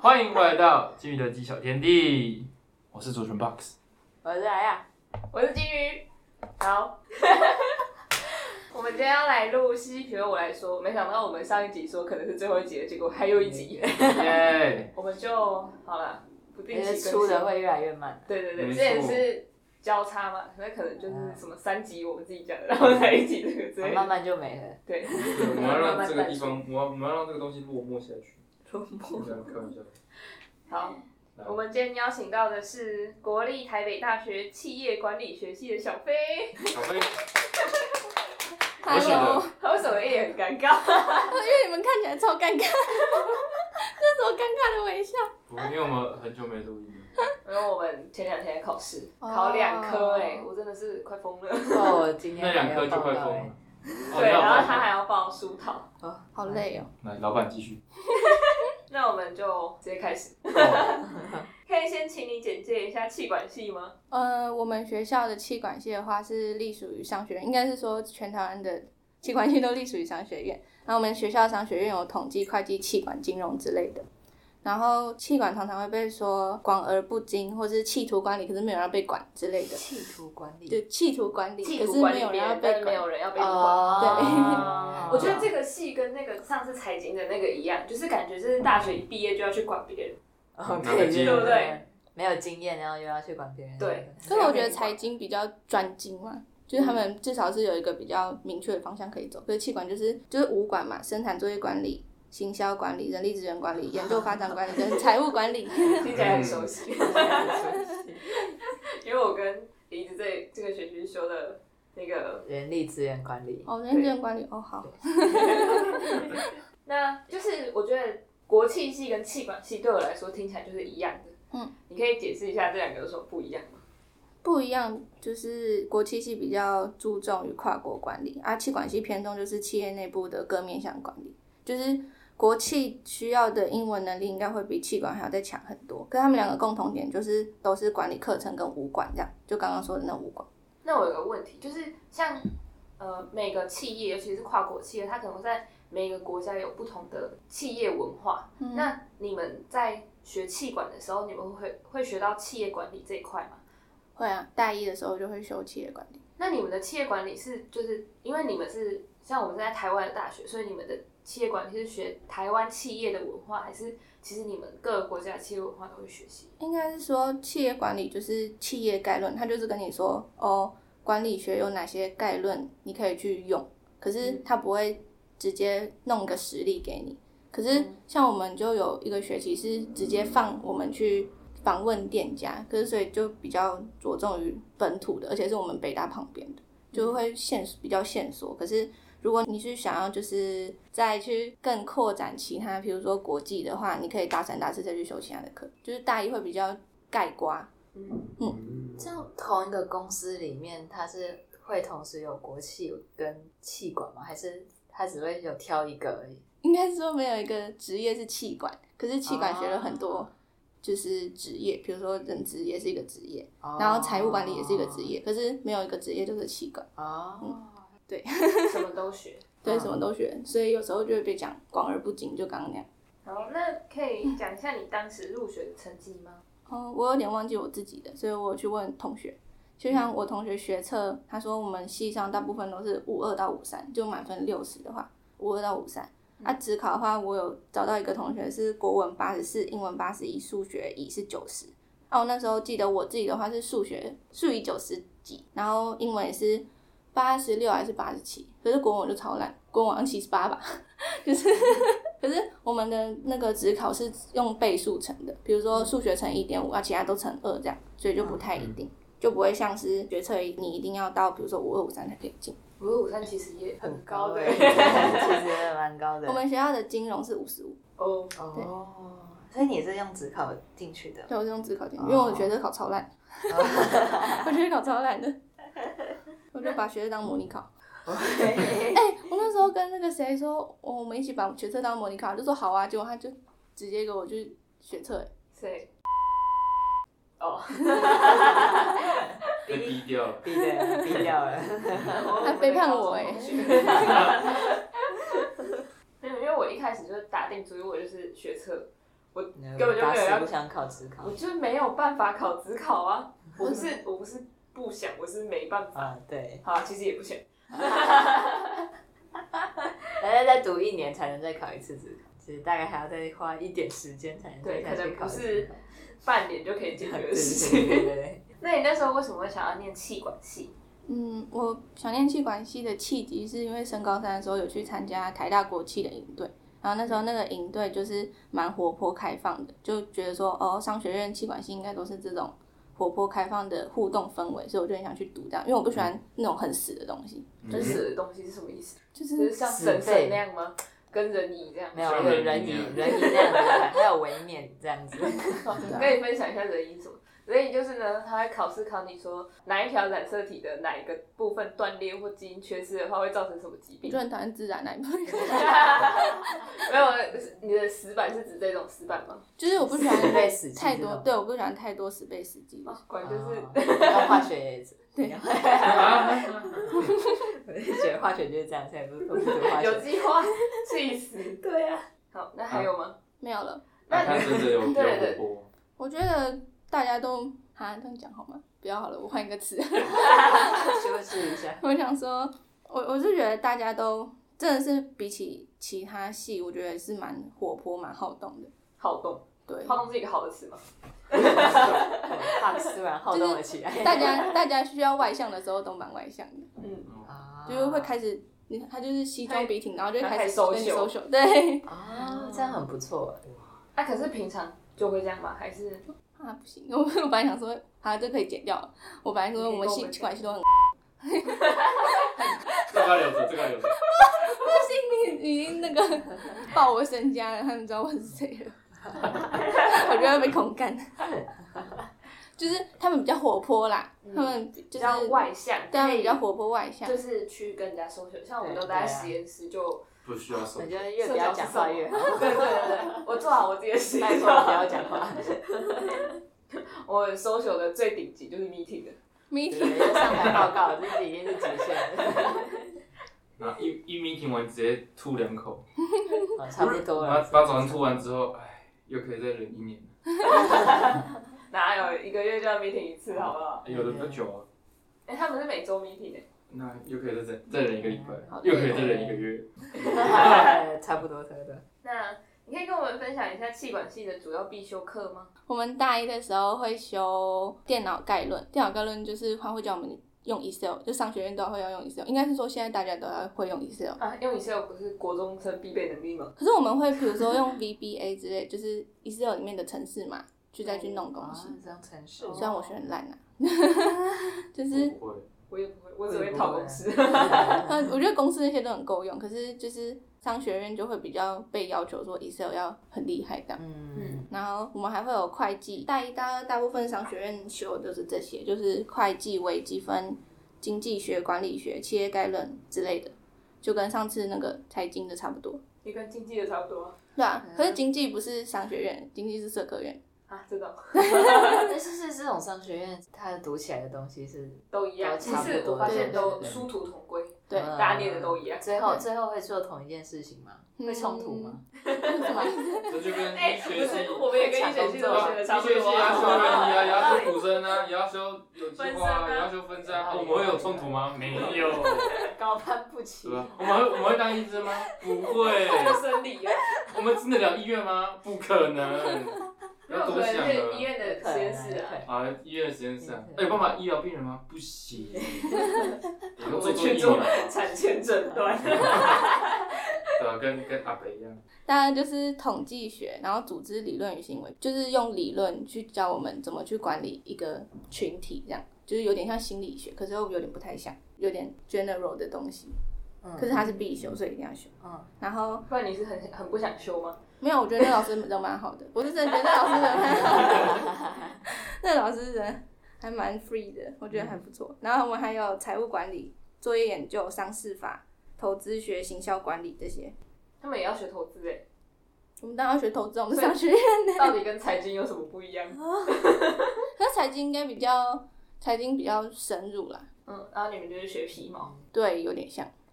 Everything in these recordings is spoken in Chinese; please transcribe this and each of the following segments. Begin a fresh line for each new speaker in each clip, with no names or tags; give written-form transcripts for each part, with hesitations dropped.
欢迎来到金鱼的鸡小天地，我是主持人 Box，
我是来呀，
我是金鱼。好，我们今天要来录西皮，我来说，没想到我们上一集说可能是最后一集的，结果还有一集，
耶！
我们就好了，不定期更新，
出的会越来越慢。
对，之前是交叉嘛，那可能就是什么3集我们自己讲的，然后才1集这个之类的，
慢慢就没了。
对，
我们要让这个地方，我们要让这个东西落寞下去。
落寞。
开玩笑。
好，我们今天邀请到的是国立台北大学企业管理学系的小飞。
小飞，
我选的。
他为什么一脸很尴尬？
因为你们看起来超尴尬，这是什么尴尬的微笑？
不，因为我们很久没录音了。
因为我们前2天考试，考2科我真的是快疯了。
我今天
那2科就快疯了。
对，然后他还要报书考，
好累哦。
来，老板继续。
那我们就直接开始。可以先请你简介一下企管系吗？
我们学校的企管系的话是隶属于商学院，应该是说全台湾的企管系都隶属于商学院。然后我们学校商学院有统计、会计、企管、金融之类的。然后企管常常会被说管而不精，或是企图管理，可是没有人要被管之类的。
企图管理。
对，企图管理，可是
企图管理
没有人要被管，
没有人要被管。
对。
我觉得这个系跟那个上次财经的那个一样，就是感觉是大学一毕业就要去管别人。
对
不对？
没有经验，然后又要去管别人。
对。
可是我觉得财经比较专精嘛，就是他们至少是有一个比较明确的方向可以走。可是企管就是五管嘛，生产作业管理、行销管理、人力资源管理、研究发展管理跟财务管理。
听起来很熟悉。因为我跟梨子这个学期修的那个
人力资源管理。
人力资源管理好。
那就是我觉得国企系跟企管系对我来说听起来就是一样的。你可以解释一下这2个有什么不一样吗？
不一样就是国企系比较注重于跨国管理，企管系偏重就是企业内部的各面向管理。就是国企需要的英文能力应该会比企管还要再强很多，可是他们2个共同点就是都是管理课程跟5管这样，就刚刚说的那5管。
那我有个问题，就是像每个企业，尤其是跨国企业，它可能在每个国家有不同的企业文化。那你们在学企管的时候，你们会学到企业管理这一块吗？
会啊，大一的时候就会修企业管理。
那你们的企业管理就是因为你们是像我们是在台湾的大学，所以你们的企业管理是学台湾企业的文化，还是其实你们各个国家的企业文化都会学习？
应该是说企业管理就是企业概论，它就是跟你说管理学有哪些概论你可以去用，可是它不会直接弄个实例给你。可是像我们就有一个学期是直接放我们去访问店家，可是所以就比较着重于本土的，而且是我们北大旁边的，就会比较线索。可是如果你是想要就是再去更扩展其他，比如说国际的话，你可以大3、大4再去修其他的课，就是大一会比较概括。
这样同一个公司里面，它是会同时有国企跟企管吗？还是它只会有挑一个而已？
应该是说没有一个职业是企管，可是企管学了很多就是职业，比如说人资也是一个职业，然后财务管理也是一个职业，可是没有一个职业就是企管。对，
什么都学。
对，什么都学，所以有时候就会被讲广而不精，就刚刚那样。
好，那可以讲一下你当时入学的成绩吗？
我有点忘记我自己的，所以我有去问同学。就像我同学学测，他说我们系上大部分都是52到53，就满分60的话，52到53。指考的话，我有找到一个同学是国文84，英文81，数学乙是90。我那时候记得我自己的话是数乙90几，然后英文也是86还是87，可是国文我就超烂，国文好像78吧，就是可是我们的那个指考是用倍数乘的，比如说数学乘 1.5， 其他都乘2这样，所以就不太一定，就不会像是学测你一定要到比如说52、53才可以进。
52、53其实也很高的，
其实也蛮高的。
我们学校的金融是55。
所以你是用指考进去的？
对，我是用指考进去，因为我学测考超烂，我学测考超烂的，我就把学测当模拟考。我那时候跟那个谁说，我们一起把学测当模拟考，就说好啊，结果他就直接给我去学测。
谁？
被逼掉了，
逼掉了，
他背叛我
没有，因为我一开始就打定主意，我就是学测， 我根本就没有要
不想考职考，
我就没有办法考职考啊！我不是不想，我是没办法。
对。
好，其实也不想。
再读1年才能再考一次职考，其实大概还要再花一点时间才能再下去考。
可能不是半年就可以解决的事情。
对。
那你那时候为什么会想要念企管系？
我想念企管系的契机是因为升高3的时候有去参加台大国企的营队，然后那时候那个营队就是蛮活泼开放的，就觉得说商学院企管系应该都是这种活泼开放的互动氛围，所以我就很想去读这样，因为我不喜欢那种很死的东西。
很死的东西是什么意思？
就是
像神那样吗？跟人椅这样？
没有人椅那样子，还有微面这样子。
可以分享一下人椅什么？人椅就是呢，他会考试考你说哪一条染色体的哪一个部分断裂或基因缺失的话会造成什么疾病。
我就很讨厌自然那一部分。
没有，你的死板是指这种死板吗？
就是我不喜欢
死背死记
太多，对，我不喜欢太多死背死记的。
果然就是
化学也是。
对。
我就觉得化学就是这样，才不读化学。
有机化，气死。
对啊。
好，那还有吗？
没有了。
那他真的有比较活泼。
我觉得大家都这样讲好吗？不要好了，我换一个词。
修饰一下。
我想说，我是觉得大家都真的是比起其他系，我觉得是蛮活泼、蛮好动的。
好动。对。好动是一个好的词吗？
他突然好动了起来。
大家需要外向的时候都蛮外向的。就是会开始，他就是西装笔挺，然后就开始跟你social。对。
这样很不错。
可是平常就会这样吗？还是？
不行，我本来想说，这可以剪掉了。我本来说我们企管系都很。
这个留着。
不行，你已经那个报我身家了，他们知道我是谁了。我觉得被恐干。就是他们比较活泼啦，他们就是
比较外向，
对，他们比较活泼外向，
就是去跟人家social。像我们都待在实验室就。
不需要social。
我觉得越不要讲话越好。
对，我做好我自己的事。
拜托不要讲话。
我 social 的最顶级就是 meeting 的。
meeting 上台报告，这已经是极限了。
然后一 meeting 完直接吐2口。
差不多了。
把早上吐完之后，又可以再忍1年了。
哪有1个月就要 meeting 1次，好不好？
有的比较久啊。
他们是每周 meeting 的。
那又可以再忍1个礼拜，又可以再忍1个月。
差不多。
那你可以跟我们分享一下企管系的主要必修课吗？
我们大1的时候会修电脑概论，电脑概论就是他会教我们用 Excel， 就商学院都会要用 Excel， 应该是说现在大家都要会用 Excel。
用 Excel 不是国中生必备能力吗？
可是我们会比如说用 VBA 之类，就是 Excel 里面的程式嘛，再去弄东西。
这样程式。
虽然我学很烂就是。
我也不会，我只会套公式。
我觉得公司那些都很够用，可是就是商学院就会比较被要求说 Excel 要很厉害的。然后我们还会有会计，大1、大2大部分商学院修的就是这些，就是会计、微积分、经济学、管理学、企业概论之类的，就跟上次那个财经的差不多。
也跟经济的差不多。
对啊，可是经济不是商学院，经济是社科院。
真的。
但是这种商学院，它读起来的东西是
都一样，其实我发现都殊途同归，
对，
大家念的都一样。
最后会做同一件事情吗？会冲突吗？
什么意思？
这就跟医学系，
我们也跟医学系都学的差不多。
医学系也要修人体也要修骨生也要修有机化，也要修分身我们会有冲突吗？没有。
高攀不起。
对吧？我们会当医生吗？不会。
生理啊。
我们进得了医院吗？不可能。要多想了。
医院的实验室啊。
医院的实验室啊。有办法医疗病人吗？不行。
我们去做产前诊断。
对啊，跟阿北一样。
当然就是统计学，然后组织理论与行为，就是用理论去教我们怎么去管理一个群体，这样就是有点像心理学，可是又有点不太像，有点 general 的东西。可是它是必修，所以一定要修。然后
不然你是很不想修吗？
没有，我觉得那老师人蛮好的，我是真的觉得那老师人蛮好的，那老师人还蛮 free 的，我觉得还不错。然后我们还有财务管理、作业研究、商事法、投资学、行销管理这些。
他们也要学投资
我们当然要学投资，我们商学院
到底跟财经有什么不一样？
那财经应该比较深入啦。
然后你们就是学皮毛。
对，有点像。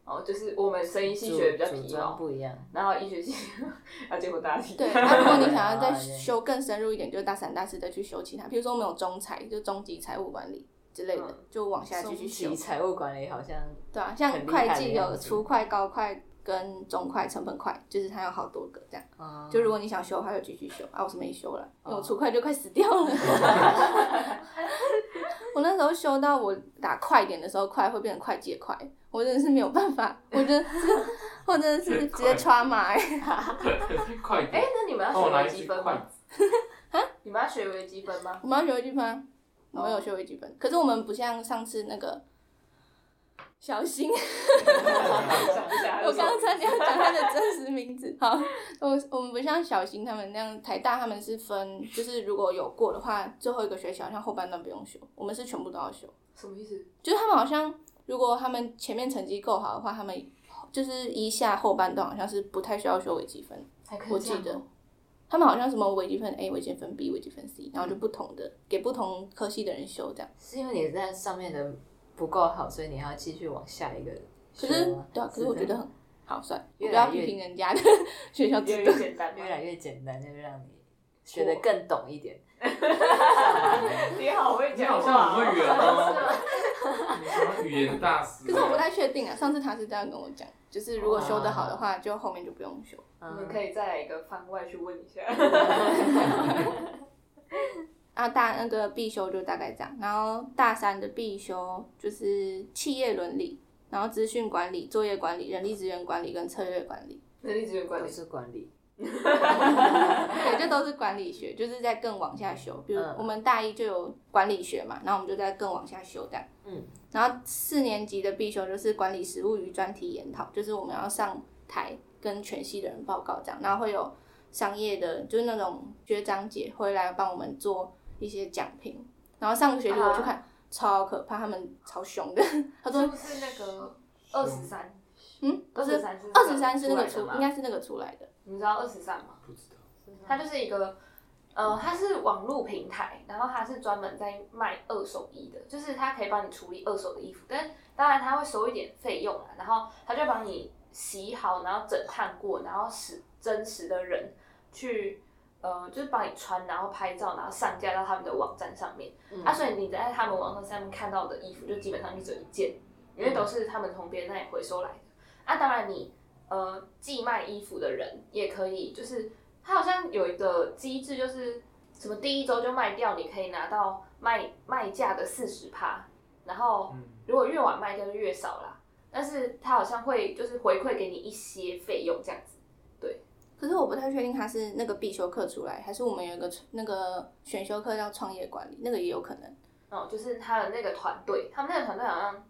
就是我们声音系学的比较皮毛，
不一样，
然后医学系要结合大体。
对，如果你想要再修更深入一点，就是大三、大四再去修其他，比如说我们有中财，就中级财务管理之类的，就往下继续修。
中级财务管理好像
对啊，像会计有初会、高会跟中会、成本会，就是它有好多个这样。就如果你想修的话，就继续修啊。我是没修了，因为我初会就快死掉了。我那时候修到我打快点的时候，快会变成会计的快，我真的是没有办法，我真的是直接刷码
快点！
那你们要学微积分吗？你们要学微积分吗？
我们要学微积分啊，我们有学微积分，可是我们不像上次那个小新，我刚刚差点要讲他的真实名字。好，我们不像小新他们那样，台大他们是分，就是如果有过的话，最后一个学期好像后半段不用修，我们是全部都要修。
什么意思？
就是他们好像，如果他们前面成绩够好的话，他们就是一下后半段好像是不太需要修微积分，我记得。他们好像什么微积分 A、微积分 B、微积分 C， 然后就不同的给不同科系的人修这样。
是因为你在上面的不够好，所以你要继续往下一个修吗？
对啊，可是我觉得很好算，我不要批评人家的学校制度，
越来越简单，就让你学得更懂一点。
你好会讲话，
你好像很会圆哦，你什么语言大师？
可是我不太确定啊，上次他是这样跟我讲，就是如果修得好的话，就后面就不用修。
你们可以再来一个番外去问一下。
然后那个必修就大概这样，然后大三的必修就是企业伦理，然后资讯管理、作业管理、人力资源管理跟策略管理。
人力资源管理
都是管理。
对，这都是管理学，就是在更往下修。比如我们大一就有管理学嘛，然后我们就在更往下修这样。然后4年级的必修就是管理实务与专题研讨，就是我们要上台跟全系的人报告这样，然后会有商业的，就是那种学长姐会来帮我们做一些讲评。然后上个学期我去看，超可怕，他们超凶的。他说
是不是那个23？
不是
23
是那个应该是那个出来的。
你知道23吗？
不知道。
它就是一个，它是网络平台，然后它是专门在卖二手衣的，就是它可以帮你处理二手的衣服，但当然它会收一点费用啦，然后它就帮你洗好，然后整烫过，然后使真实的人去，就是帮你穿，然后拍照，然后上架到他们的网站上面。所以你在他们网站上面看到的衣服，就基本上就只有一件，因为都是他们从别人那里回收来的。当然你寄卖衣服的人也可以，就是他好像有一个机制，就是什么第一周就卖掉，你可以拿到卖价的40%，然后如果越晚卖掉就越少啦。但是他好像会就是回馈给你一些费用这样子，对。
可是我不太确定他是那个必修课出来，还是我们有一个那个选修课叫创业管理，那个也有可能。
就是他的那个团队，他们那个团队好像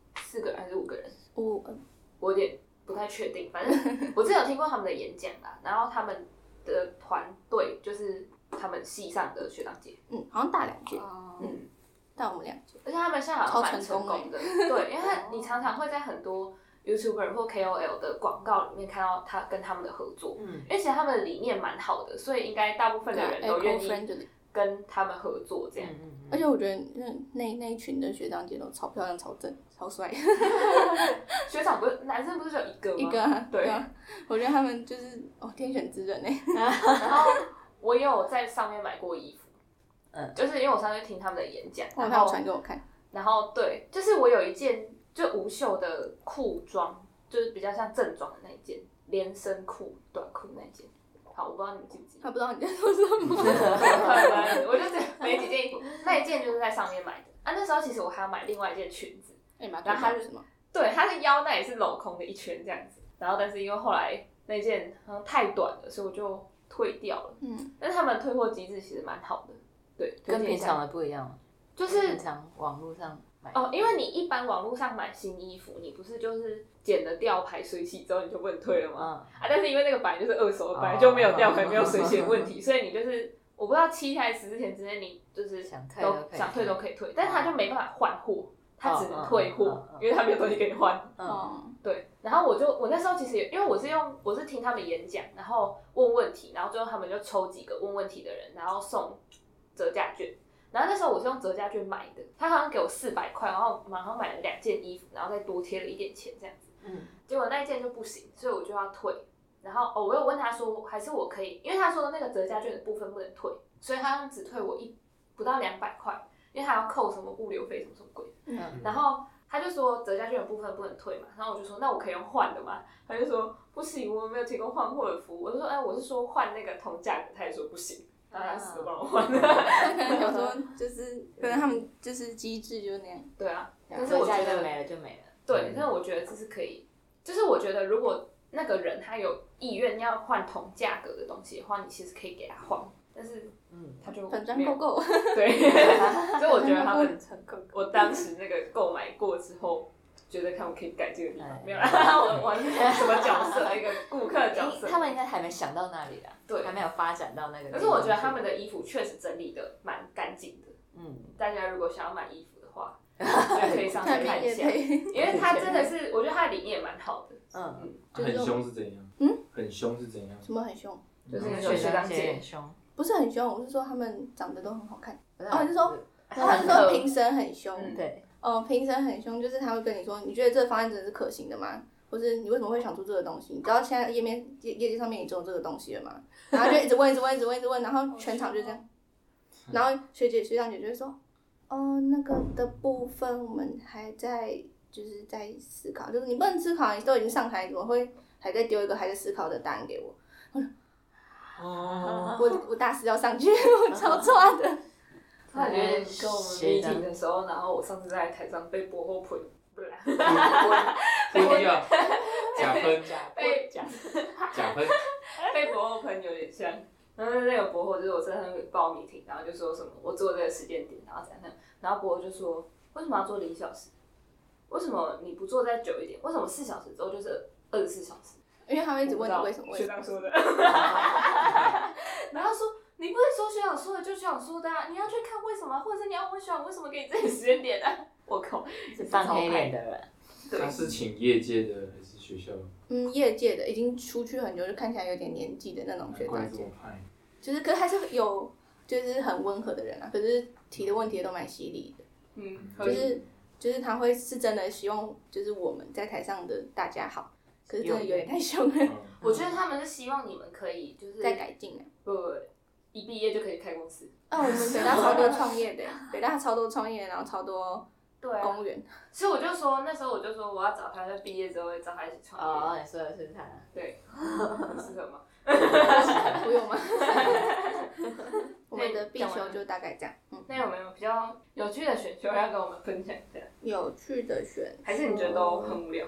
4个人还是5个人，我有点不太确定，反正我之前有听过他们的演讲啦，然后他们的团队就是他们系上的学长姐，
好像大2届，大我们2届，
而且他们现在好像蛮成功的，对，因为你常常会在很多 YouTuber 或 KOL 的广告里面看到他跟他们的合作，因为其实他们的理念蛮好的，所以应该大部分的人都愿意跟他们合作这样。
而且我觉得那一群的学长姐都超漂亮、超正、超帅。
学长不是男生不是只有一个吗？
一个啊，
对
啊，我觉得他们就是天选之人哎。
然后我也有在上面买过衣服，就是因为我上次听他们的演讲，然后
传给我看。
然后对，就是我有一件就无袖的裤装，就是比较像正装的那一件连身裤、短裤那一件。好，我不知道你们记不记得。
他不知道你在说什么。
我就没几件衣服，那一件就是在上面买的啊。那时候其实我还要买另外一件裙子，然后它是什么？对，它的腰带也是镂空的一圈这样子。然后但是因为后来那件好像太短了，所以我就退掉了。但是他们退货机制其实蛮好的，对，
跟平常的不一样，
就是
平常网络上买
因为你一般网络上买新衣服，你不是就是剪了吊牌水洗之后你就不能退了吗？但是因为那个本来就是二手的，本来就没有吊牌、没有水洗的问题，所以你就是我不知道7还是14天之内，你就是想退都可以退，但是他就没办法换货，他只能退货，因为他没有东西给你换。对。然后我那时候其实因为我是听他们演讲，然后问问题，然后最后他们就抽几个问问题的人，然后送折价券。然后那时候我是用折价券买的，他好像给我400块，然后马上买了2件衣服，然后再多贴了一点钱这样子。 结果那一件就不行，所以我就要退。然后我有问他说，还是我可以，因为他说那个折价券的部分不能退，所以他只退我不到200块，因为他要扣什么物流费什么什么鬼。然后他就说折价券的部分不能退嘛，然后我就说那我可以用换的嘛，他就说不行，我们没有提供换货的服务。我就说我是说换那个同价格，他也说不行，然后他死都帮我换。
可能有时候就是可能他们就是机制就那样。
对啊，但是
折
我觉得
价就没了就没了。
对，但是我觉得这是可以，就是我觉得如果那个人他有意愿要换同价格的东西的话，你其实可以给他换，但是他就
粉砖购购。
对，所以我觉得他们，我当时那个购买过之后，觉得他们可以改这个地方，没有啦，我是什么角色？一个顾客角色。
他们应该还没想到那里啦，
对，
还没有发展到那个。
可是我觉得他们的衣服确实整理的蛮干净的。大家如果想要买衣服的话，就可以上去看一下，因为他真的是，我觉得他的理念蛮好的。
很凶是怎样？很凶是怎样？
什么很凶？
就是那种学长姐
很凶。
不是很凶，我是说他们长得都很好看。你是说评审很凶？
对。
评审很凶，就是他会跟你说，你觉得这个方案真的是可行的吗？或是你为什么会想出这个东西？你知道现在业界上面已经有这个东西了吗？然后就一直问，然后全场就这样。然后学长姐就会说，那个的部分我们还在就是在思考，就是你不能思考，你都已经上台，怎么会还在丢一个还在思考的答案给我？我大四要上去，我超抓的。
他觉得跟我们 meeting 的时候，然后我上次在台上被薄荷喷，不然
喷掉，假喷，假喷，
被薄荷喷有点像。然后那个薄荷就是我在那个报 meeting，然后就说什么我做这个时间点，然后怎样，然后薄荷就说为什么要做0小时？为什么你不做再久一点？为什么4小时之后就是24小时？
因为他会一直问你为什么。
学长说的。然后说你不能说学长说的就学长说的啊，你要去看为什么，或者是你要问学长为什么给你这个时间点啊？我靠，
是扮黑脸的人。
他是请业界的还是学校？
业界的，已经出去很久，就看起来有点年纪的那种学长姐。就是可是还是有就是很温和的人啊，可是提的问题都蛮犀利的。就是他会是真的希望就是我们在台上的大家好，可是真的有点太凶了。
我觉得他们是希望你们可以就是
再改进啊。
不，一毕业就可以开公司。
我们北大超多创业的，北大超多创业，然后超多公务员。
所以我就说那时候我就说我要找他，在毕业之后会找他一起创
业。你说的是他。
对，很适合吗？
不用吗？我们的必修就大概这样。
那有没有比较有趣的选修要跟我们分享一下？
有趣的选修，
还是你觉得都很无聊？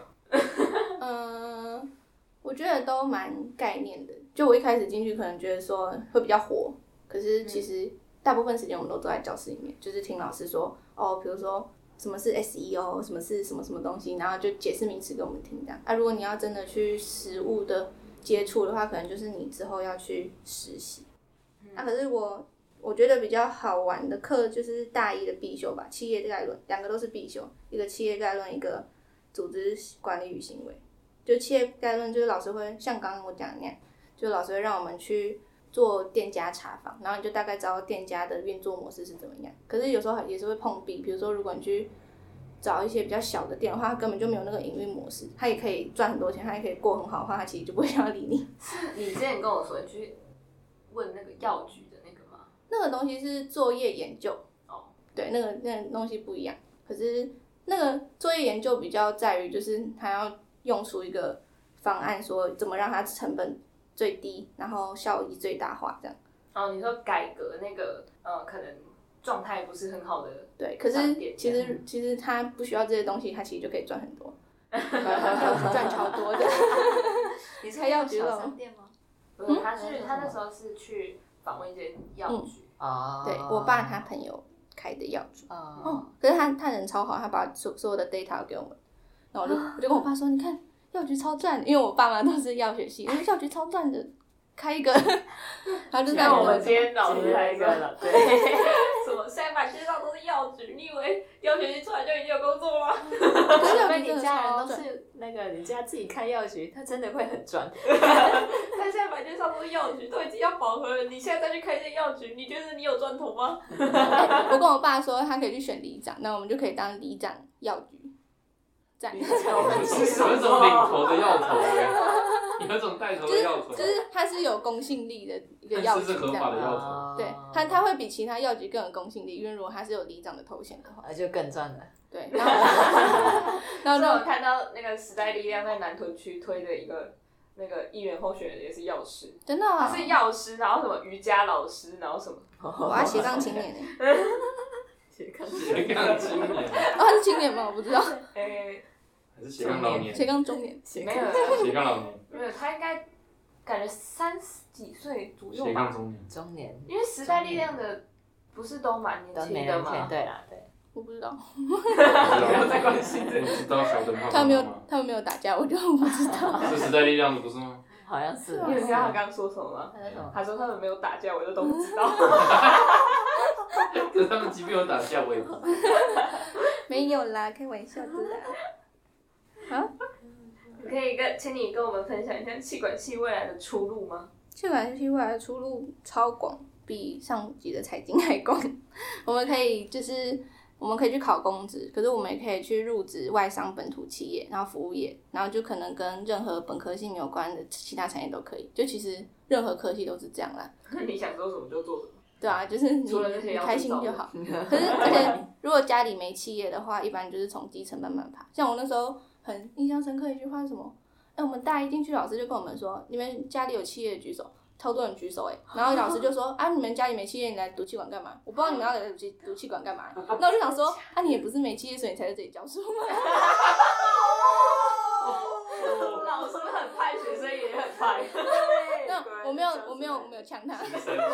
我觉得都蛮概念的。就我一开始进去可能觉得说会比较活，可是其实大部分时间我们都坐在教室里面，就是听老师说比如说什么是 SEO， 什么是什么什么东西，然后就解释名词给我们听这样。如果你要真的去实务的接触的话，可能就是你之后要去实习。可是我觉得比较好玩的课就是大一的必修吧，企业概论，两个都是必修，一个企业概论，一个组织管理与行为。就企业概论就是老师会像刚刚我讲的那样，就老师会让我们去做店家查访，然后你就大概知道店家的运作模式是怎么样。可是有时候也是会碰壁，比如说如果你去找一些比较小的店的话，它根本就没有那个营运模式，它也可以赚很多钱，它也可以过很好的话，它其实就不会想要理你。
是你之前跟我说你去问那个药局的那个吗？
那个东西是作业研究对，那个东西不一样。可是那个作业研究比较在于就是它要用出一个方案，说怎么让它成本最低，然后效益最大化这样。
你说改革那个可能状态不是很好的，
对，可是其实他不需要这些东西，他其实就可以赚很多，赚超多的。
你是开药局小商店吗？
不是，他那时候是去访问一间药局。
对，我爸他朋友开的药局。可是他人超好，他把所有的 data 给我们，然后我就跟我爸说，你看药局超赚，因为我爸妈都是药学系，因为药局超赚的。开一个，然后就
像我们今天老师开一个了，对，
什
么现在满街上都是药局，你以为药学系出来就已经有工作吗？
除非你家人都是那个你家自己开药局，他真的会很赚。
但现在满街上都是药局，都已经要饱和了，你现在再去开一间药局，你觉得你有赚头吗？
我跟我爸说他可以去选里长，那我们就可以当里长药局。 赞。
有一种领头的药头有一种带头的药头，
就是它是有公信力的一个药局，
是合法的药头。
对，它会比其他药局更有公信力，因为如果它是有里长的头衔的话，
就更赚了。
对，然后
我看到那个时代力量在南屯区推的一个那个议员候选人也是药师，
真的啊，
他是药师，然后什么瑜伽老师，然后什么，
我要斜杠青年
斜杠
青年，
他是青年吗？我不知道，
还是斜杠老年？
斜杠中年，
没有
斜杠老年，
没有，他应该感觉30几岁左右吧。
斜杠中年，
中年，
因为时代力量的不是都蛮年轻的吗？
对啦，对。
我不知道，
没有在关心
我知道小灯泡。
他们没有打架，我就不知道。
是时代力量的不是吗？
好像是。
你有听到他刚刚说什么吗？他说他们没有打架，我就都不知道。
可是他们即便有打架，我也不知道。
没有啦，开玩笑的啦。啊？
可以请你跟我们分享一下企管系未来的出路吗？
企管系未来的出路超广，比上级的财经还广。我们可以去考公职，可是我们也可以去入职外商本土企业，然后服务业，然后就可能跟任何本科系没有关的其他产业都可以。就其实任何科系都是这样啦。
你想做什么就做什么。
对啊，就是你开心就好。可是而且如果家里没企业的话，一般就是从基层慢慢爬。像我那时候很印象深刻一句话是什么？我们大一进去，老师就跟我们说，你们家里有企业的举手。超多人举手然后老师就说你们家里没企业，你来读企管干嘛？我不知道你们要来读企管干嘛。那我就想说，你也不是没企业，所以你才在这里教书吗？
老师很派，学生也很派。
那我没有呛他。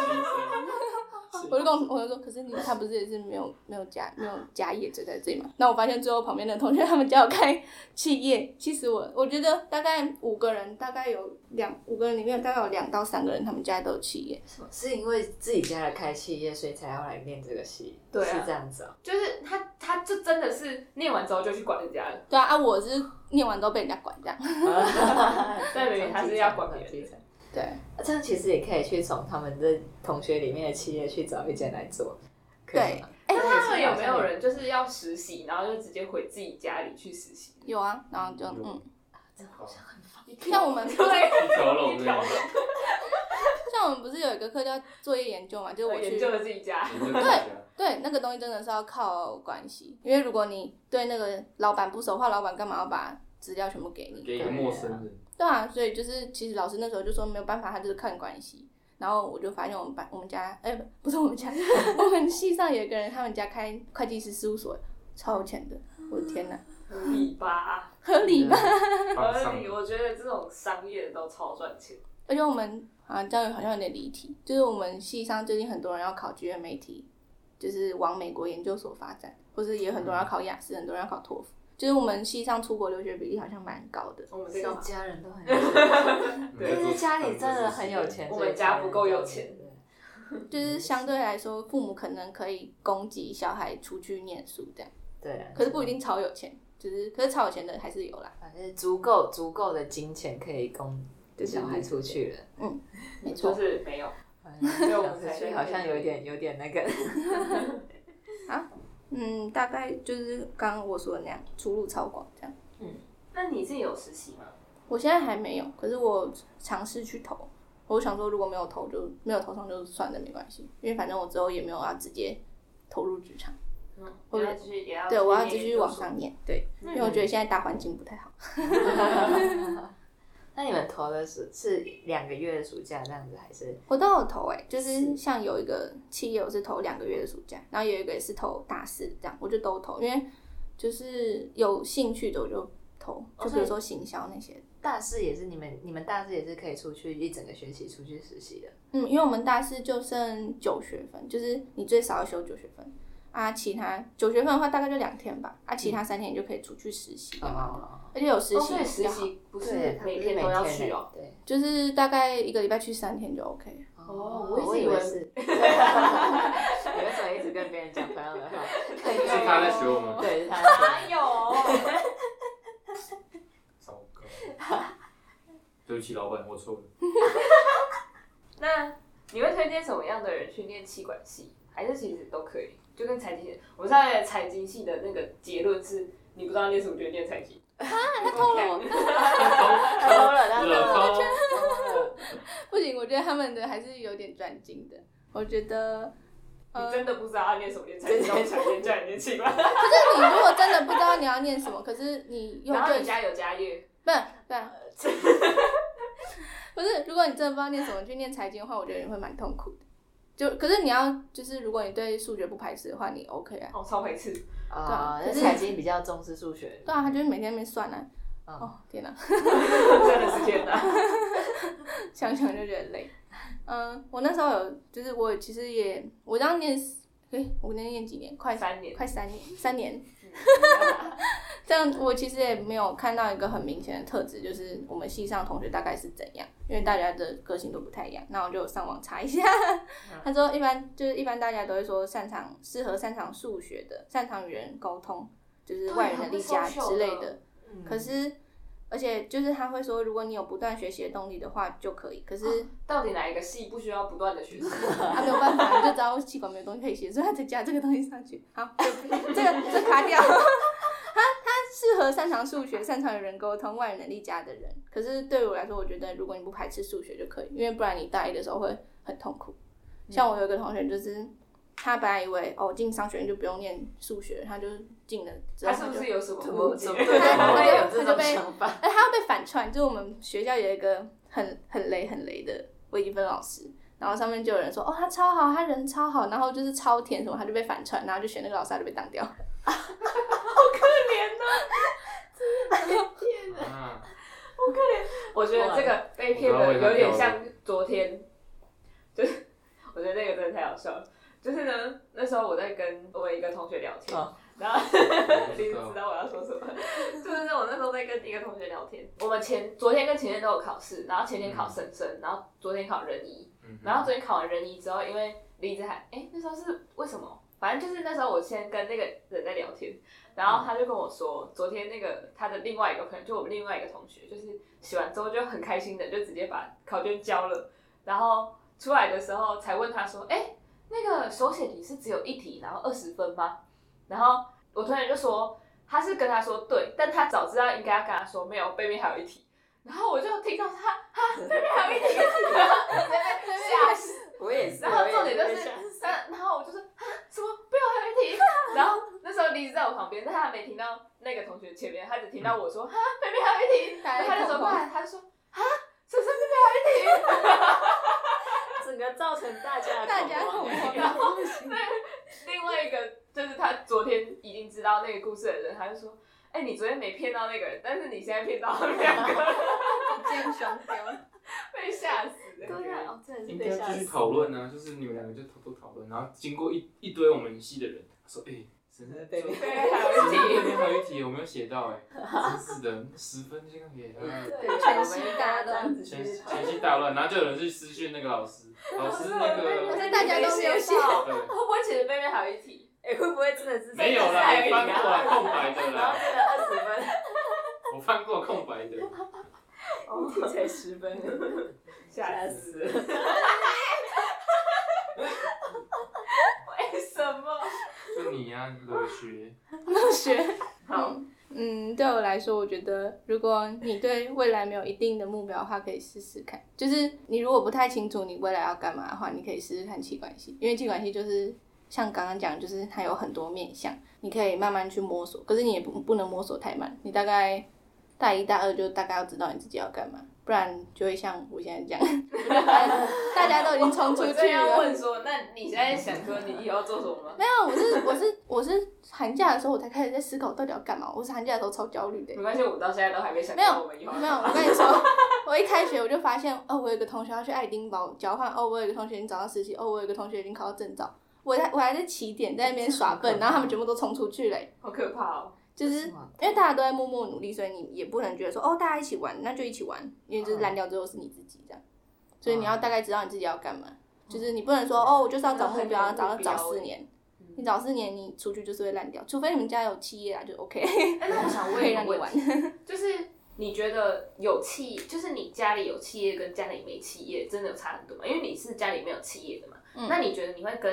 我就说，可是他不是也是没有家业者在这里嘛？那我发现最后旁边的同学他们家有开企业，其实我觉得大概5个人，大概有5个人里面大概有2到3个人他们家都有企业。
是因为自己家来开企业，所以才要来念这个系？
对
是这样子哦。
就是他这真的是念完之后就去管人家了。
对啊，我是念完之后被人家管这样。
但明明他是要管别人。
对，
这样其实也可以去从他们的同学里面的企业去找一间来做。
对，
那他们有没有人就是要实习，然后就直接回自己家里去实习？
有啊，然后就
这好像很方便。
像我们
对
一条龙那种。
像我们不是有一个课叫作业研究嘛，就是我去
研究了自己家。
对，那个东西真的是要靠关系，因为如果你对那个老板不熟的话，老板干嘛要把资料全部给你？
给一个陌生人。
对啊，所以就是其实老师那时候就说没有办法，他就是看关系。然后我就发现我们家，不是我们家，我们系上有一个人，他们家开会计师事务所，超有钱的，我的天哪！
合理吧？
合理吧？
合理，我觉得这种商业的都超赚钱。
而且我们这样好像有点离题，就是我们系上最近很多人要考 GMAT， 就是往美国研究所发展，或是也有很多人要考雅思，很多人要考托福。就是我们系上出国留学比例好像蛮高的。
我们这个
家人都很有钱，但是家里真的很有钱。
我们家不够有钱。
就是相对来说，父母可能可以供给小孩出去念书这样。
对。
可是不一定超有钱，可是超有钱的还是有啦。
反正足够的金钱可以供小孩出去了。
没错。
就是没有。
所以好像有点那个。
啊。大概就是刚刚我说的那样，出路超广这样。
那你自己有实习吗？
我现在还没有，可是我尝试去投。我想说，如果没有投上就算了，没关系，因为反正我之后也没有要直接投入职场。
我要继续
对，我要继续往上念。对，因为我觉得现在大环境不太好。
那你们投的是2个月的暑假这样子还是？
我都有投就是像有一个企业我是投2个月的暑假，然后有一个也是投大4这样，我就都投，因为就是有兴趣的我就投，就比如说行销那些。
大4也是你们大4也是可以出去一整个学期出去实习的。
因为我们大4就剩9学分，就是你最少要修9学分啊，其他9学分的话大概就2天吧，啊，其他3天你就可以出去实习干嘛的。而且有实习，
实习不是每天都要去哦，
对，
就是大概1个礼拜去3天就 OK。
我以为是。你为什么一直跟别人讲同样的话？
是他在学我们。
对，是他。
哪有？
糟糕。对不起，老板，我错了。
那你会推荐什么样的人去念企管系？还是其实都可以？就跟财经系，我们在财经系的那个结论是， 你不知道念什么就念财经。
他偷了我，
他偷了，
不行，我觉得他们的还是有点专精的。我觉得，
你真的不知道要念什么念财经，我想念叫你念气管。
可是你如果真的不知道你要念什么，可是你又对，
然后你家有家业，
不是，如果你真的不知道念什么去念财经的话，我觉得你会蛮痛苦的。可是你要就是如果你对数学不排斥的话，你 OK 啊。
超排斥。
可是财经比较重视数学。
对啊，他就是每天在那边算啊。天哪，
真的是天哪，
想想就觉得累。我那时候有，就是我其实我这样念，我念几年？快3年。这样我其实也没有看到一个很明显的特质，就是我们系上同学大概是怎样，因为大家的个性都不太一样。那我就上网查一下，他说一般大家都会说适合擅长数学的，擅长与人沟通，就是外语能力佳之类的。可是而且就是他会说，如果你有不断学习的动力的话就可以。可是
到底哪一个系不需要不断的学习？
他没有办法，你就知道气管没有东西可以写，所以他才加这个东西上去。好，这卡掉。他适合擅长数学、擅长与人沟通、外语能力佳的人。可是对于我来说，我觉得如果你不排斥数学就可以，因为不然你大一的时候会很痛苦。像我有一个同学，就是他本来以为进商学院就不用念数学，他就进了之后
他是不是有什么误解？
他会有这种想法？
他要被反串，就是我们学校有一个很雷的微积分老师。然后上面就有人说，他超好，他人超好，然后就是超甜什么，他就被反串，然后就选那个老师，他就被当掉。
好可怜呐！好可怜。我觉得这个被骗的有点像昨天，就是我觉得那个真的太好笑了。就是呢，那时候我在跟我一个同学聊天，然后你知道我要说什么？就是我那时候在跟一个同学聊天，我们昨天跟前天都有考试，然后前天考生，然后昨天考人医，然后昨天考完人医之后，因为李子海，那时候是为什么？反正就是那时候我先跟那个人在聊天，然后他就跟我说，昨天那个他的另外一个朋友，就我们另外一个同学，就是写完之后就很开心的就直接把考卷交了，然后出来的时候才问他说，那个手写题是只有1题，然后20分吗？然后我同学就说，他是跟他说对，但他早知道应该要跟他说没有，背面还有1题。然后我就听到他背面还有1题，吓死！
我也是。
然后重点就是，然后我就说什么背后还有1题？然后那时候李子在我旁边，但他还没听到那个同学前面，他只听到我说背面还有1题，他就走过来，他就说是不是背面还有1题？
整个造成大家
恐慌。
然后另外一个就是他昨天已经知道那个故事的人，他就说，你昨天没骗到那个人，但是你现在骗到他们2个，
一箭双雕，
被吓死。
对啊，真的是
应
被吓死。
该继续讨论啊，就是你们2个就偷偷讨论，然后经过一堆我们系的人说，
背面
还有1题我没有写到真是的，10分这样给他。
全系大乱，
全系大乱，然后就有人去私讯那个老师那个，
可是大家都没有写，
会不会其实背面还有1题？
会不会真的是
没有啦，我翻过空白的啦。
然后这个20分，
我翻过空白的。
1题才10分，
吓死了。为什么？
就你呀，裸
学。
好。
对我来说，我觉得如果你对未来没有一定的目标的话，可以试试看。就是你如果不太清楚你未来要干嘛的话，你可以试试看企管系，因为企管系就是像刚刚讲，就是它有很多面向，你可以慢慢去摸索。可是你也不能摸索太慢，你大概大1、大2就大概要知道你自己要干嘛，不然就会像我现在这样，大家都已经冲出去了。
我正要问说，那你现在想说你以后要做什么吗？
没有，我是寒假的时候我才开始在思考到底要干嘛。我是寒假的时候超焦虑的。
没关系，我到现在都还没想到我们以后。
没有，我跟你说，我一开学我就发现，我有一个同学要去爱丁堡交换，我有一个同学已经找到实习，我有一个同学已经考到证照，我还在起点在那边耍笨，然后他们全部都冲出去嘞。
好可怕哦！
就是因为大家都在默默努力，所以你也不能觉得说大家一起玩，那就一起玩，因为就是烂掉最后是你自己这样。所以你要大概知道你自己要干嘛，就是你不能说我就是要找目标，找4年，你找4年你出去就是会烂掉，除非你们家有企业就 OK。
那我想问一个问题，就是你觉得就是你家里有企业跟家里没企业真的有差很多吗？因为你是家里没有企业的嘛，那你觉得你会跟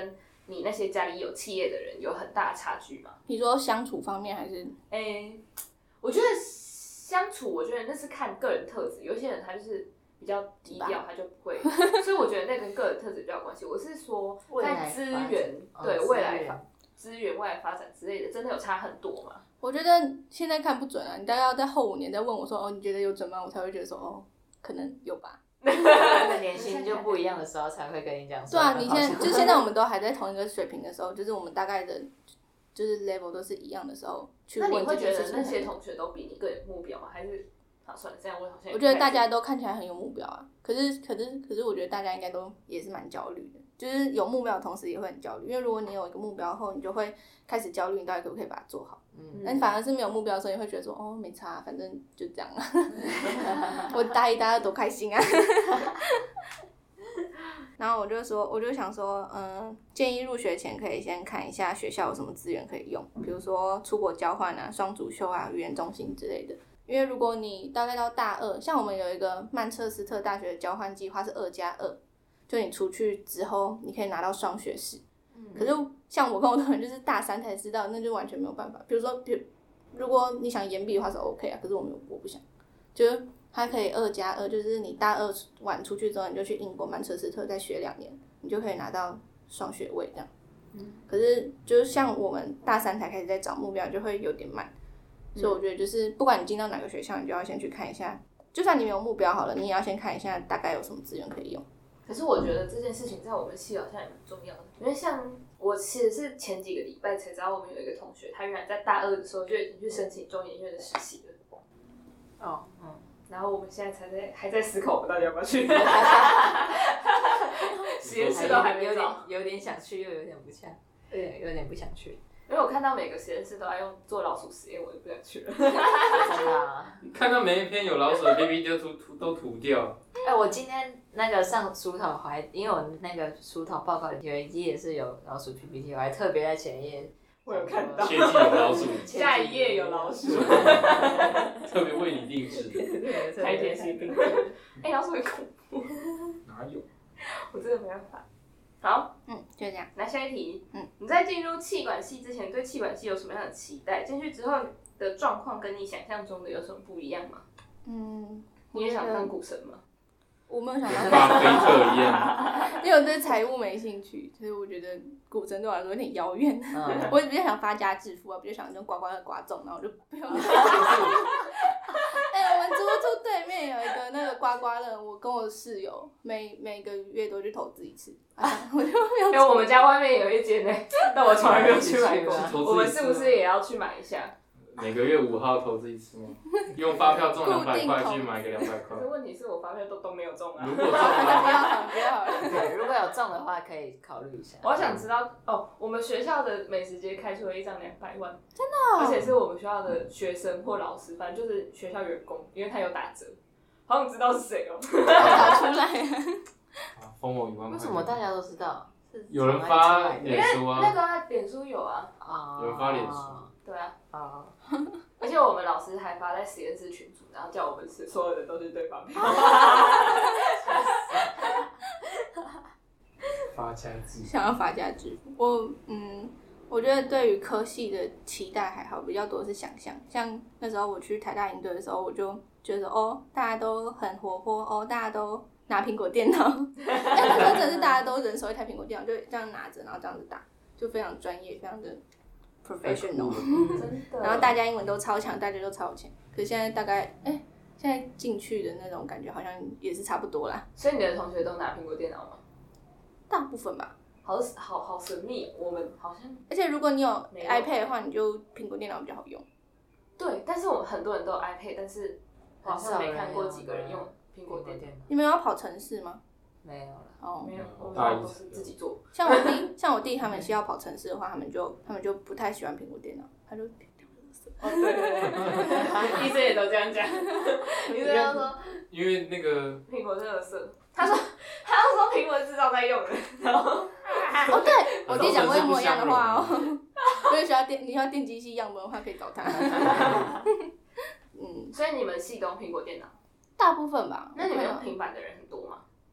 你那些家里有企业的人有很大的差距吗？
你说相处方面还是？
我觉得相处，我觉得那是看个人特质，有些人他就是比较低调，他就不会，所以我觉得那跟个人特质比较有关系。我是说在资源未来资源未来发展之类的，真的有差很多吗？
我觉得现在看不准啊，你大概要在后5年再问我说，你觉得有准吗？我才会觉得说，可能有吧。
那个年薪就不一样的时候才会跟你讲说。
对啊，你现在我们都还在同一个水平的时候，就是我们大概的，就是 level 都是一样的时候去问这件事情。
那你会觉得那些同学都比你更有目标吗？还是算了，这样我好像
我觉得大家都看起来很有目标啊，可是我觉得大家应该都也是蛮焦虑的，就是有目标的同时也会很焦虑，因为如果你有一个目标后，你就会开始焦虑，你到底可不可以把它做好。但反而是没有目标的时候，你会觉得说，没差，反正就这样啊。我大一大二多开心啊。然后我就想说，建议入学前可以先看一下学校有什么资源可以用，比如说出国交换啊、双主修啊、语言中心之类的。因为如果你大概到大2，像我们有一个曼彻斯特大学的交换计划是2+2，就你出去之后你可以拿到双学士。可是像我跟我同学就是大3才知道，那就完全没有办法。比如说，如果你想延毕的话是 OK 啊，可是我不想，就是它可以2+2，就是你大2完出去之后，你就去英国曼彻斯特再学2年，你就可以拿到双学位这样。可是就是像我们大3才开始在找目标，就会有点慢。所以我觉得就是不管你进到哪个学校，你就要先去看一下，就算你没有目标好了，你也要先看一下大概有什么资源可以用。
可是我觉得这件事情在我们系好像也蛮重要的，因为像我其实是前几个礼拜才知道，我们有一个同学，他原来在大2的时候就已经去申请中研院的实习了。然后我们现在还在思考我们到底要不要去，实验室都还没找，
有点想去，又有点不想，有点不想去。
因为我看到每个实验室都在用做老鼠实验，我就不想去了。
真的啊！
看到每一篇有老鼠的 PPT 都涂掉。
我今天那个上书讨因为我那个书讨报告里有一页是有老鼠 PPT， 我还特别在前页。
我有看到。
切记有老鼠。
下一页有老鼠。
特别为你定制。
开贴心定制。老鼠很恐怖。
哪有？
我真的没办法。好，
就这样。
来下一题，你在进入企管系之前，对企管系有什么样的期待？进去之后的状况跟你想象中的有什么不一样吗？你也想当股神吗？
我没有想到
巴菲特一样，
因为我对财务没兴趣，所以我觉得股神对我来说有点遥远。我比较想发家致富啊，比较想用刮刮乐刮中，然后我就不用。我们租对面有一个那个刮刮乐，我跟我室友每个月都去投资1次，我就没有。
我们家外面有一间呢，但我从来没有去买过。我们是不是也要去买一下？
每个月5号投资1次吗？用发票中200块去买个200块。
可是问题是我发票都没有中啊。
如果中了，
不要。
对，如果有中的话，可以考虑一下。
我想知道我们学校的美食街开出了一张200万，真的而且是我们学校的学生或老师，反正就是学校员工，因为他有打折。好想知道是谁哦。
找出来。
封我1万块。
为什么大家都知道？
有人发脸书啊。
那个脸书有啊。
有人发脸书。
对啊。而且我们老师还发在实验室群组，然后叫我们所有人都去对发票。
发家致富。
想要发家致富，我觉得对于科系的期待还好，比较多是想象。像那时候我去台大营队的时候，我就觉得大家都很活泼，大家都拿苹果电脑。那时候真的是大家都人手一台苹果电脑，就这样拿着，然后这样子打，就非常专业，非常的 professional。
真的。
然后大家英文都超强，大家都超强。可是现在大概现在进去的那种感觉好像也是差不多啦。
所以你的同学都拿苹果电脑吗？
大部分吧。
好神秘，我们好像。
而且如果你有 iPad 的话，你就苹果电脑比较好用。
对，但是我们很多人都有 iPad， 但是好像没看过几个人用苹果电脑。
你们有要跑程式吗？
没有了。
没有，我们都是自己做。
像我弟他们需要跑程式的话，他们就不太喜欢苹果电脑，他就。
对，医生也都这样讲。医生要说，
因为那个
苹果是垃圾。他说苹果是制造在用的，然后
对，我弟讲过一模一样的话哦。如果你需要电机系样本的话，可以找他。
所以你们系都用苹果电脑？
大部分吧。
那你们用平板的人很多吗？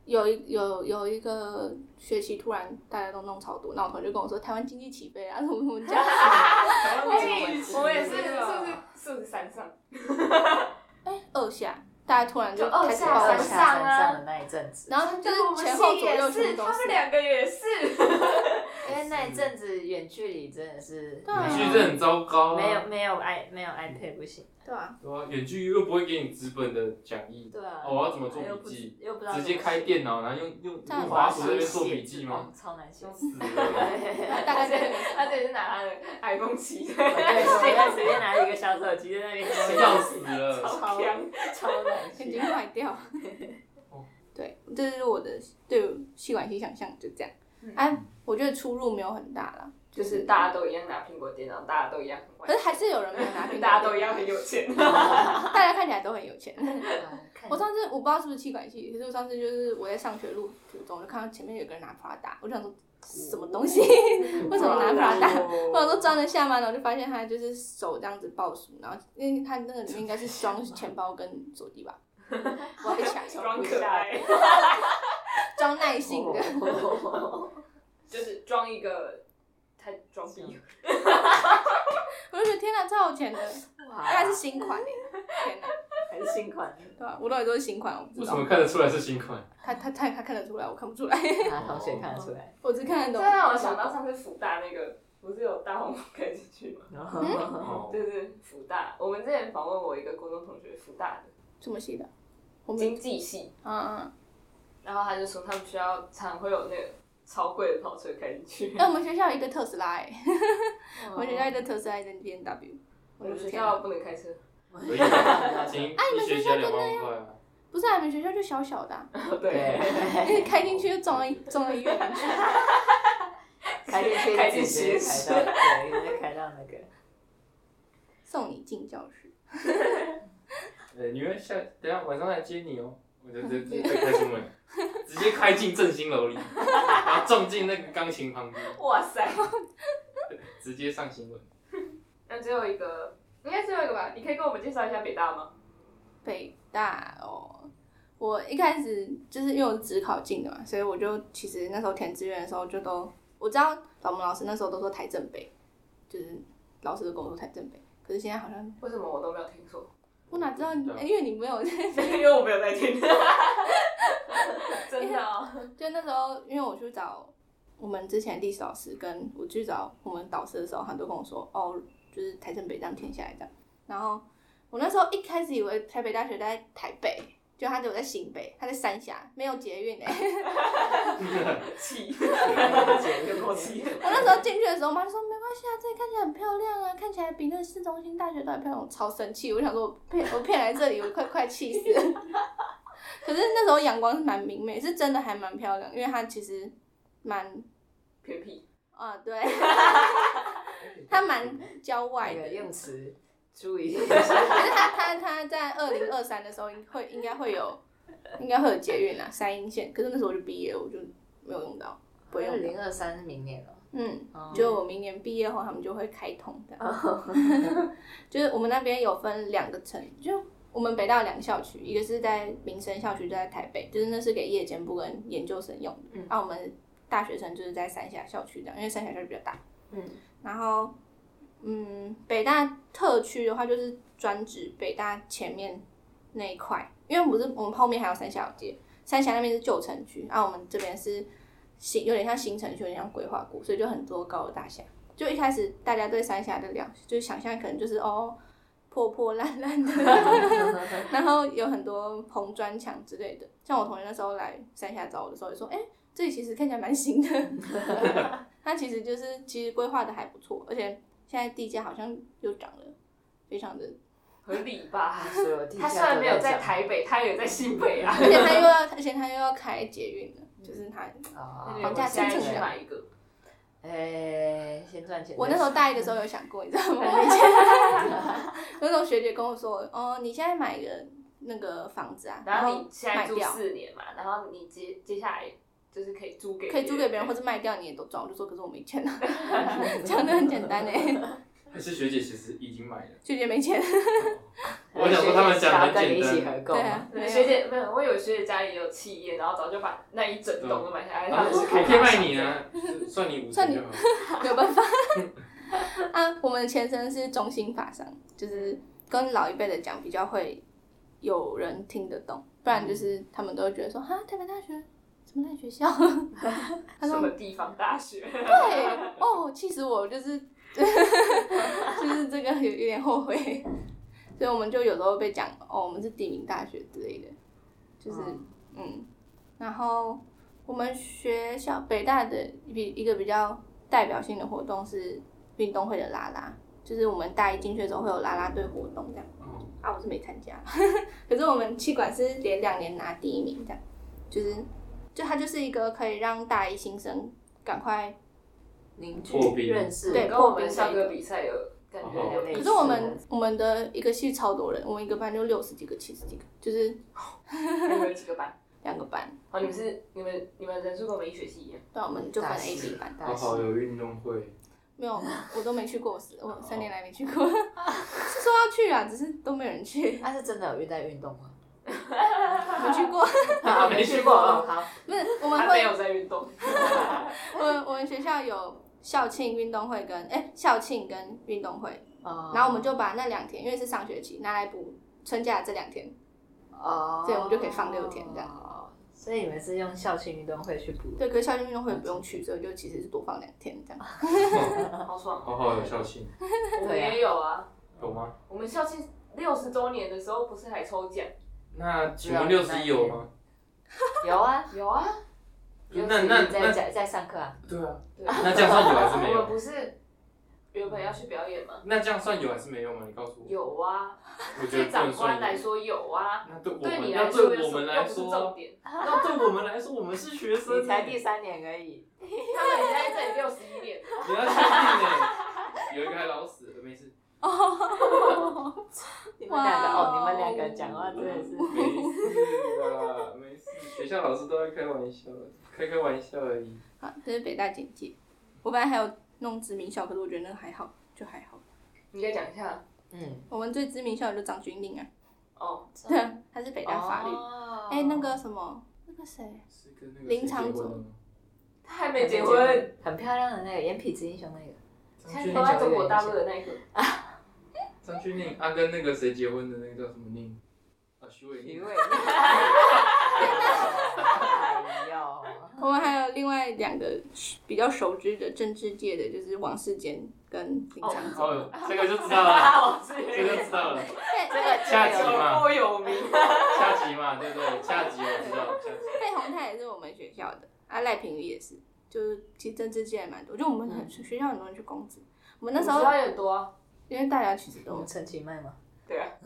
有一个学期突然大家都弄超多，那我同学就跟我说台湾经济起飞啊，什么什么这样。
我们也是，是不是山上？
二下，大家突然
就
开始
二下
山上的那一阵子，
然后就是前后左右全部都
他们两个也是。
因为那一阵子远距离真的是，
远距离真的很糟糕啊。
没有 iPad 不行。
对啊，
对啊，远距又不会给你纸本的讲义。
对啊。
我要怎么做笔记？
又不知道
直接开电脑，然后用滑鼠在那边做笔记吗？
超难写。
死了。
大概这个。
他这里是拿他的 iPhone 7，
对，直接拿了一个小手机在那边写，
笑死了，
超难写，
眼睛坏掉。对，这是我的对企管系想象，就这样。我觉得出入没有很大啦，
就是大家都一样拿苹果电脑，大家都一样很
可是还是有人没有拿苹果电脑，
大家都一样很有钱，
大家看起来都很有钱。我上次我不知道是不是企管系，可是我上次就是我在上学路途中，就看到前面有个人拿 Prada， 我就想说什么东西？为什么拿 Prada？ 我想说装得下吗？然后就发现他就是手这样子抱住，然后因为他那个里面应该是装钱包跟手机吧，我要被抢，
装可爱，
装耐性的。
就是装一个，太装逼。
我就觉得天哪，超有钱的，还是新款天哪，
还是新款，
对吧？我到底都是新款，我不知道。
为什么看得出来是新款？
他看得出来，我看不出来。
同学看得出来。
我只看得懂。
这让我想到上次福大那个，不是有大红袍开进去吗？就是福大，我们之前访问我一个高中同学，福大的。
什么系的？
经济系。然后他就说他们学校常会有那个超贵的跑车开进去。
我们学校有一个特斯拉我们学校有一个特斯拉跟 BMW。
我们学校不能开车。
可以，一学期要2万块啊。
不是啊，你们学校就小小的。
对。
开进去就撞了医院去。
开进去直接开到那个。
送你进教室。
你们等下晚上来接你哦。我就直接开出门，直接开进振兴楼里，然后撞进那个钢琴旁边。
哇塞！
直接上新闻。
那最后一个，应该最后一个吧？你可以跟我们介绍一下北大吗？
北大我一开始就是因为我是指考进的嘛，所以我就其实那时候填志愿的时候就都我知道老师那时候都说台政北，就是老师都跟我说台政北，可是现在好像
为什么我都没有听说？
我哪知道？因为你没有，
因为我没有在听。真的哦。
就那时候，因为我去找我们之前历史老师，跟我去找我们导师的时候，他都跟我说，就是台政北这样填下来这样。然后我那时候一开始以为台北大学在台北，就他只有在新北，他在三峡，没有捷运
气，有够气。
我那时候进去的时候，我妈就说没关系啊，这里看起来很漂亮啊，看起来比那个市中心大学都还漂亮，我超生气，我想说我骗来这里，我快气死了。可是那时候阳光是蛮明媚，是真的还蛮漂亮，因为它其实蛮
偏僻。
对，它蛮郊外的。
用词注意。
可是它在2023的时候应该会有捷运啊，3鶯线。可是那时候我就毕业了，我就没有用到，不会用到。
2023是明年了。
就我明年毕业后，他们就会开通的。就是我们那边有分2个层，就我们北大有2个校区，一个是在民生校区，就在台北，就是那是给夜间部跟研究生用的。我们大学生就是在三峡校区这样，因为三峡校区比较大。然后北大特区的话，就是专指北大前面那一块，因为我们后面还有三峡街，三峡那边是旧城区，我们这边是有点像新城区，有点像规划过，所以就很多高楼大厦。就一开始大家对三峡的就是想象可能就是破破烂烂的，然后有很多红砖墙之类的。像我同学那时候来三峡找我的时候，就说：“这里其实看起来蛮新的。”它其实规划的还不错，而且现在地价好像又涨了，非常的
合理吧？他虽然没有在台北，他也在新北啊。
而且他又要开捷运了，就是他房价真正
去买一个。
先赚钱。
我那时候大一的时候有想过，你知道吗？那时候学姐跟我说，你现在买一个那个房子啊，
然后你现在住4年嘛，然后你接下来就是可以租给别人，
或者卖掉你也都赚。我就说，可是我没钱啊，讲的很简单
还是学姐其实已经买了？
学姐没钱。
我想说他们讲很
跟你一起
简单。
合购嘛
对啊，
对，学姐没有，我有学姐家里也有企业，然后早就把那一整栋都买下来，他们是
我
开
可以卖你啊，算你5000就好。
没有办法。啊，我们的前身是中兴法商，就是跟老一辈的讲比较会有人听得懂，不然就是他们都会觉得说哈，台北大学什么烂学校？他说
什么地方大学？
对哦，气死我，就是就是这个有点后悔，所以我们就有时候被讲哦，我们是地名大学之类的，就是然后我们学校北大的一个比较代表性的活动是运动会的啦啦，就是我们大一进去的时候会有啦啦队活动这样。啊，我是没参加，可是我们气管是连2年拿第1名这样，就它就是一个可以让大一新生赶快
凝聚
破冰
认识，
对，跟我们校歌比赛有感觉有类似。
可是我们的一个系超多人，我们一个班就60几个、70几个，就是
你们有几个班
2个班。
哦，你们人数跟我们医学系一样。
对，我们就分 A、B 班。
好好有运动会。
没有，我都没去过，我3年来没去过。是说要去啊，只是都没有人去。
他是真的有在运动吗？
没去过。
好，没去过。好，
不是，我们
他没有在运动。
我们学校有校庆运动会校庆跟运动会，然后我们就把那2天，因为是上学期，拿来补春假这2天，所以我们就可以放6天这样。
所以你们是用校庆运动会去补？
对，可是校庆运动会不用去，所以就其实是多放2天这样。
好爽。
好好有校庆。
我们也有啊。
有吗？
我们校庆60周年的时候不是还抽奖？
那请问61有吗？
有啊，
有啊。
那
在上课啊。
对啊。那这样算有还是没有？
我们不是原本要去表演吗？
那这样算有还是没有吗？你告诉我。
有啊。
我觉得
对长官来说有啊。
那对
你
来说，对我们来说，
重点。
那对我们来说，我们是学生。
你才第3年而已。
他们已经在这里61年。
你要确定呢？有一个还老死了，没事。
你们2个讲话真的是。
没事啦，没事。学校老师都在开玩笑，开玩笑而已。
好，这是北大简介。我本来还有弄知名校，可是我觉得那个还好，就还好。
你再讲一下。
我们最知名校友就张钧甯啊。
哦。
对啊，他是北大法律。那个什么，那个谁？林长佐。
他还没结婚。
很漂亮的那个眼痞子英雄那个。
现在都在中国大陆的那个。
张钧甯跟那个谁结婚的那个叫什么甯？徐伟宁。
哎呦。
我们还有另外2个比较熟知的政治界的，就是王世坚跟林长佐。
哦，这个就知道了，这个就知道了。
这个
下集嘛，
颇有名。
下集嘛，对不对？下集我知道。
费鸿泰也是我们学校的，赖品妤也是，就是其实政治界也蛮多，就我们学校很多人去公职。我们那时候
学校也很多啊，
因为大家其实都
陈其迈嘛。
对啊。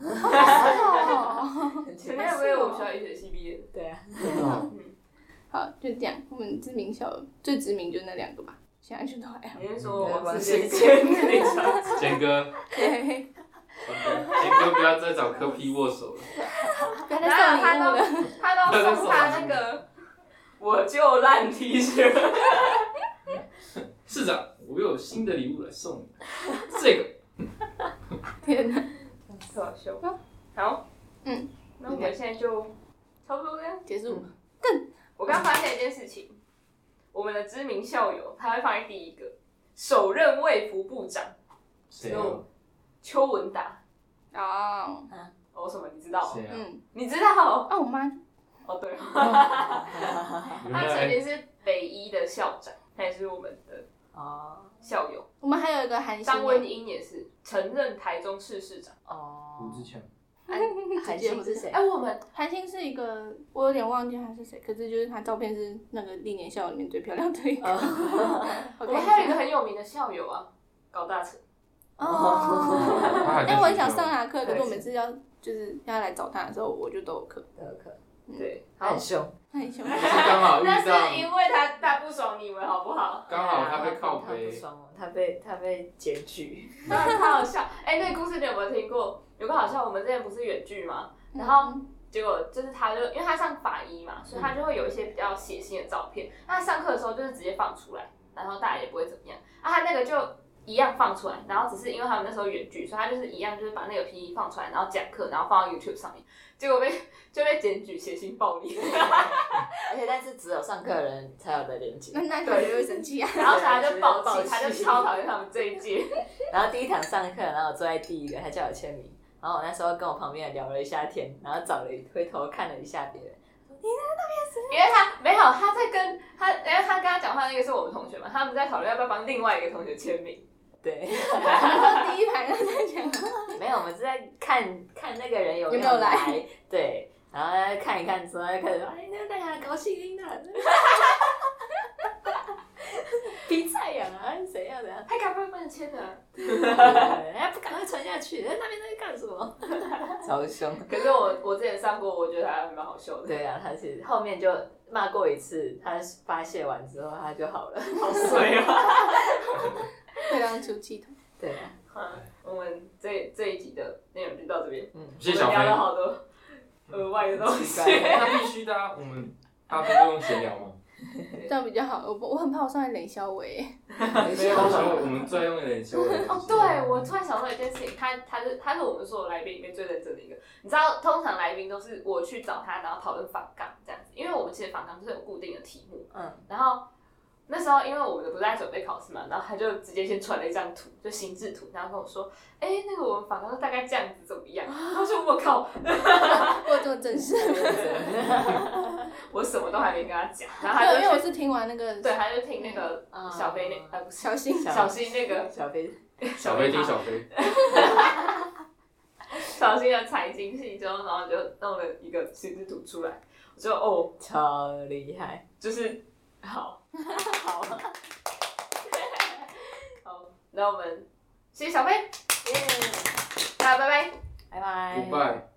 陈
其迈不是我们学校医学系毕业的。
对啊。
好，就这样。我们知名校最知名就那2个吧，现在就都还好。
你是说王世坚？
坚哥。
对。
坚哥不要再找柯 P 握手了。
不要再送礼物了。
他都送他那个我就烂 T 恤。
市长，我有新的礼物来送你，这个。
天哪，
特好笑。好，那我们现在就差不多这样
结束。
我刚发现一件事情，我们的知名校友他会放在第1个，首任卫福部长，
谁啊？
邱文达。
哦，
什么？你知道？
谁啊？
你知道？
我妈。
哦，对。他曾经是北医的校长，他也是我们的校友。
我们还有一个韩星，
张文英也是曾任台中市市长。
胡志强。
韩星是谁？
我们
韩星是一个，我有点忘记他是谁，可是就是他照片是那个历年校友里面最漂亮的一个。
我们还有一个很有名的校友啊，高大成。
我很想上他的课，可是我每次要来找他的时候，我就都有课。
对，
他很凶。
很凶。
刚好遇到。
那是因为他不爽你们，好不好？
刚好他被靠背。
他不爽我，他被检举。
太好笑！那个故事你有没有听过？有个好笑，我们之前不是远距吗？然后结果就是因为他上法医嘛，所以他就会有一些比较血腥的照片。那他上课的时候就是直接放出来，然后大家也不会怎么样。他那个就一样放出来，然后只是因为他们那时候远距，所以他就是一样，就是把那个 PPT 放出来，然后讲课，然后放到 YouTube 上面，结果就被检举血腥暴力，
而且但是只有上课的人才有的连接。
那同学就会生气啊。
然后他就暴气，他就超讨厌他们这一届。
然后第一堂上课，然后我坐在第一个，他叫我签名，然后我那时候跟我旁边人聊了一下天，然后回头看了一下别人。
因为他没有，他在跟他，因为他跟他讲话那个是我们同学嘛，他们在讨论要不要帮另外一个同学签名。
对，
第一排都在讲，
没有，我们是在看那个人有没有来，对，然后看一看之后，就开始说，哎，那个大家高兴的，比赛呀，谁要怎样？
还敢不能签的？
哎，不赶快传下去，那边在干什么？超凶。
可是我之前上过，我觉得还蛮好笑的。
对啊，他是后面就骂过一次，他发泄完之后他就好了，
好衰啊！
会让出气筒。
对啊。
我们这一集的内容就到这边。
谢谢小飞。
我们聊了好多额外的东西。
那必须的啊，我们大部分都用闲聊嘛。
这样比较好，我很怕我上来冷笑话。
没有，我们最用冷笑话。
哦，对，我突然想到一件事情，他是我们所有来宾里面最认真的一个。你知道，通常来宾都是我去找他，然后讨论访纲这样子，因为我们其实访纲就是有固定的题目。然后那时候因为我们不是在准备考试嘛，然后他就直接先传了一张图，就心智图，然后跟我说，哎，那个我们访纲大概这样子怎么样？然后说我靠，
我这么正式，
我什么都还没跟他讲，然后他就
因为我是听完那个，
对，他就听那个小飞不是
小新
那个
小飞
听小飞，
小新的财经系之后，然后就弄了一个心智图出来，我就哦，
超厉害，
就是好，好，那我们谢谢小飞，大家拜拜，
拜拜，
拜拜。